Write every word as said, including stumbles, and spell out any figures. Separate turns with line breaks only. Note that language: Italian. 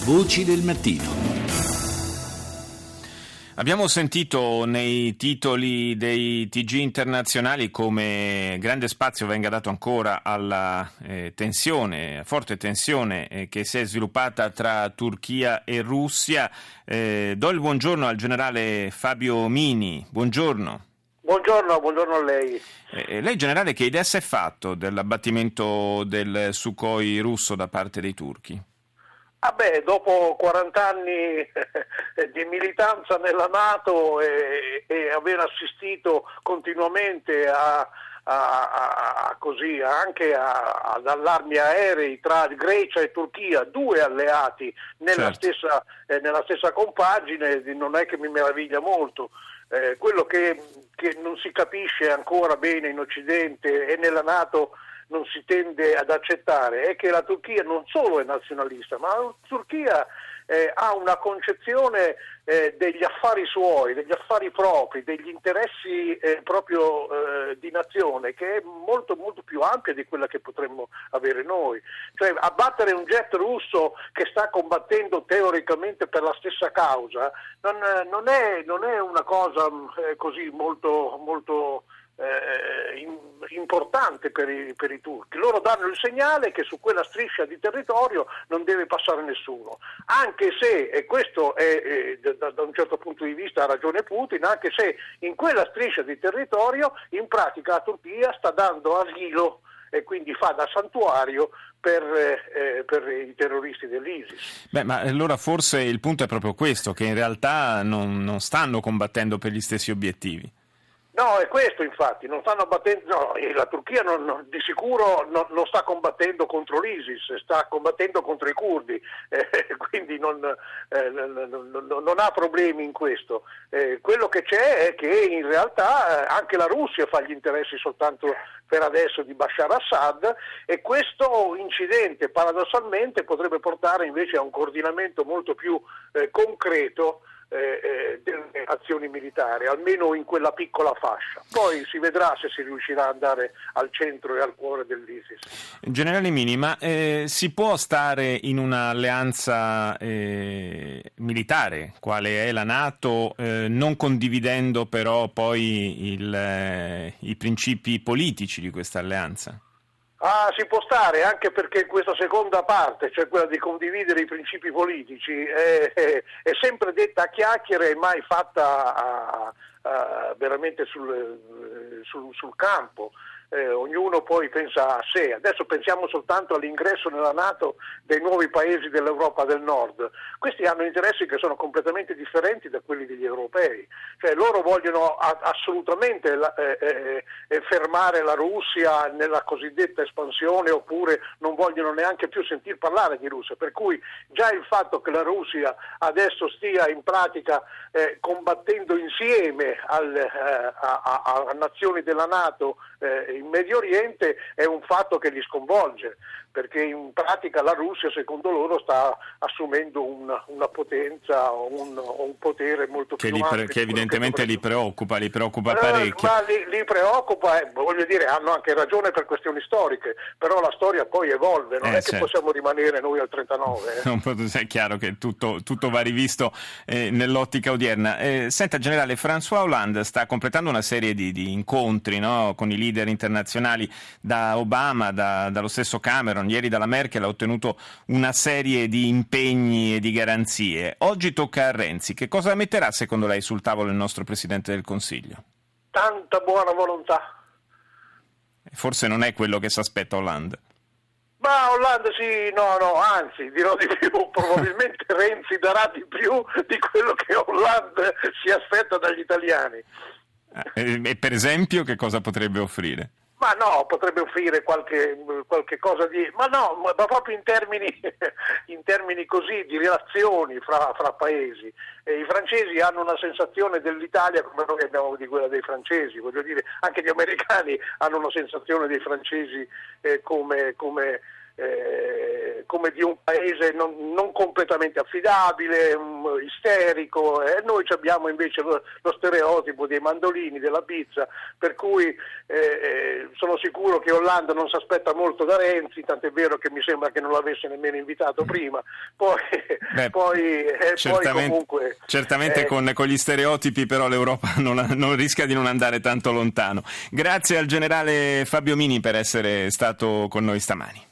Voci del mattino.
Abbiamo sentito nei titoli dei T G internazionali come grande spazio venga dato ancora alla eh, tensione, forte tensione eh, che si è sviluppata tra Turchia e Russia. Eh, do il buongiorno al generale Fabio Mini. Buongiorno.
Buongiorno, buongiorno a lei.
Eh, lei, generale, che idea si è fatto dell'abbattimento del Sukhoi russo da parte dei turchi?
Ah beh, dopo quaranta anni di militanza nella NATO e, e aver assistito continuamente a, a, a, a così anche a, ad allarmi aerei tra Grecia e Turchia, due alleati nella,
certo.
stessa, eh, nella stessa compagine, non è che mi meraviglia molto. Eh, quello che, che non si capisce ancora bene in Occidente e nella NATO non si tende ad accettare è che la Turchia non solo è nazionalista, ma la Turchia eh, ha una concezione eh, degli affari suoi, degli affari propri, degli interessi eh, proprio eh, di nazione che è molto molto più ampia di quella che potremmo avere noi. Cioè abbattere un jet russo che sta combattendo teoricamente per la stessa causa non, non, è, non è una cosa eh, così molto molto Eh, in, importante per i, per i turchi. Loro danno il segnale che su quella striscia di territorio non deve passare nessuno, anche se, e questo è eh, da, da un certo punto di vista ha ragione Putin, anche se in quella striscia di territorio in pratica la Turchia sta dando asilo e quindi fa da santuario per, eh, per i terroristi dell'ISIS.
Beh, ma allora forse il punto è proprio questo, che in realtà non, non stanno combattendo per gli stessi obiettivi.
No, è questo infatti, non stanno battendo, no, la Turchia non, non, di sicuro non, non sta combattendo contro l'ISIS, sta combattendo contro i curdi, eh, quindi non, eh, non, non ha problemi in questo. Eh, quello che c'è è che in realtà eh, anche la Russia fa gli interessi soltanto per adesso di Bashar Assad e questo incidente paradossalmente potrebbe portare invece a un coordinamento molto più eh, concreto Eh, eh, delle azioni militari, almeno in quella piccola fascia. Poi si vedrà se si riuscirà ad andare al centro e al cuore dell'ISIS.
Generale Mini, ma eh, si può stare in un'alleanza eh, militare, quale è la NATO, eh, non condividendo però poi il, eh, i principi politici di questa alleanza?
Ah, si può stare, anche perché questa seconda parte, cioè quella di condividere i principi politici, è, è, è sempre detta a chiacchiere e mai fatta a, a, veramente sul, sul, sul campo. Eh, ognuno poi pensa a sé. Adesso pensiamo soltanto all'ingresso nella NATO dei nuovi paesi dell'Europa del Nord. Questi hanno interessi che sono completamente differenti da quelli degli europei, cioè loro vogliono a- assolutamente la, eh, eh, fermare la Russia nella cosiddetta espansione, oppure non vogliono neanche più sentir parlare di Russia, per cui già il fatto che la Russia adesso stia in pratica eh, combattendo insieme al, eh, a, a, a nazioni della NATO eh, in Medio Oriente è un fatto che li sconvolge, perché in pratica la Russia secondo loro sta assumendo una, una potenza o un, un potere molto
che
più
li pre-
ampio.
Che evidentemente
che
li preoccupa, li preoccupa
eh,
parecchio.
Ma li, li preoccupa, eh, voglio dire, hanno anche ragione per questioni storiche, però la storia poi evolve, non
Eh,
è
certo.
che possiamo rimanere noi al trentanove. Eh.
Non pot- è chiaro che tutto, tutto va rivisto eh, nell'ottica odierna. Eh, senta, generale, François Hollande sta completando una serie di, di incontri, no, con i leader internazionali, da Obama, da, dallo stesso Cameron, ieri dalla Merkel ha ottenuto una serie di impegni e di garanzie. Oggi tocca a Renzi. Che cosa metterà secondo lei sul tavolo il nostro Presidente del Consiglio?
Tanta buona volontà.
Forse non è quello che si aspetta Hollande.
Ma Hollande sì, no, no, anzi, dirò di più, probabilmente Renzi darà di più di quello che Hollande si aspetta dagli italiani.
Eh, e per esempio che cosa potrebbe offrire?
Ma no, potrebbe offrire qualche, qualche cosa di... Ma no, ma proprio in termini, in termini così di relazioni fra, fra paesi. E i francesi hanno una sensazione dell'Italia come noi abbiamo di quella dei francesi, voglio dire, anche gli americani hanno una sensazione dei francesi eh, come... come eh, come di un paese non, non completamente affidabile, um, isterico, e noi abbiamo invece lo, lo stereotipo dei mandolini, della pizza, per cui eh, sono sicuro che Hollande non si aspetta molto da Renzi, tant'è vero che mi sembra che non l'avesse nemmeno invitato prima. Poi,
Beh,
poi, eh,
certamente,
poi comunque
certamente
eh,
con, con gli stereotipi però l'Europa non, non rischia di non andare tanto lontano. Grazie al generale Fabio Mini per essere stato con noi stamani.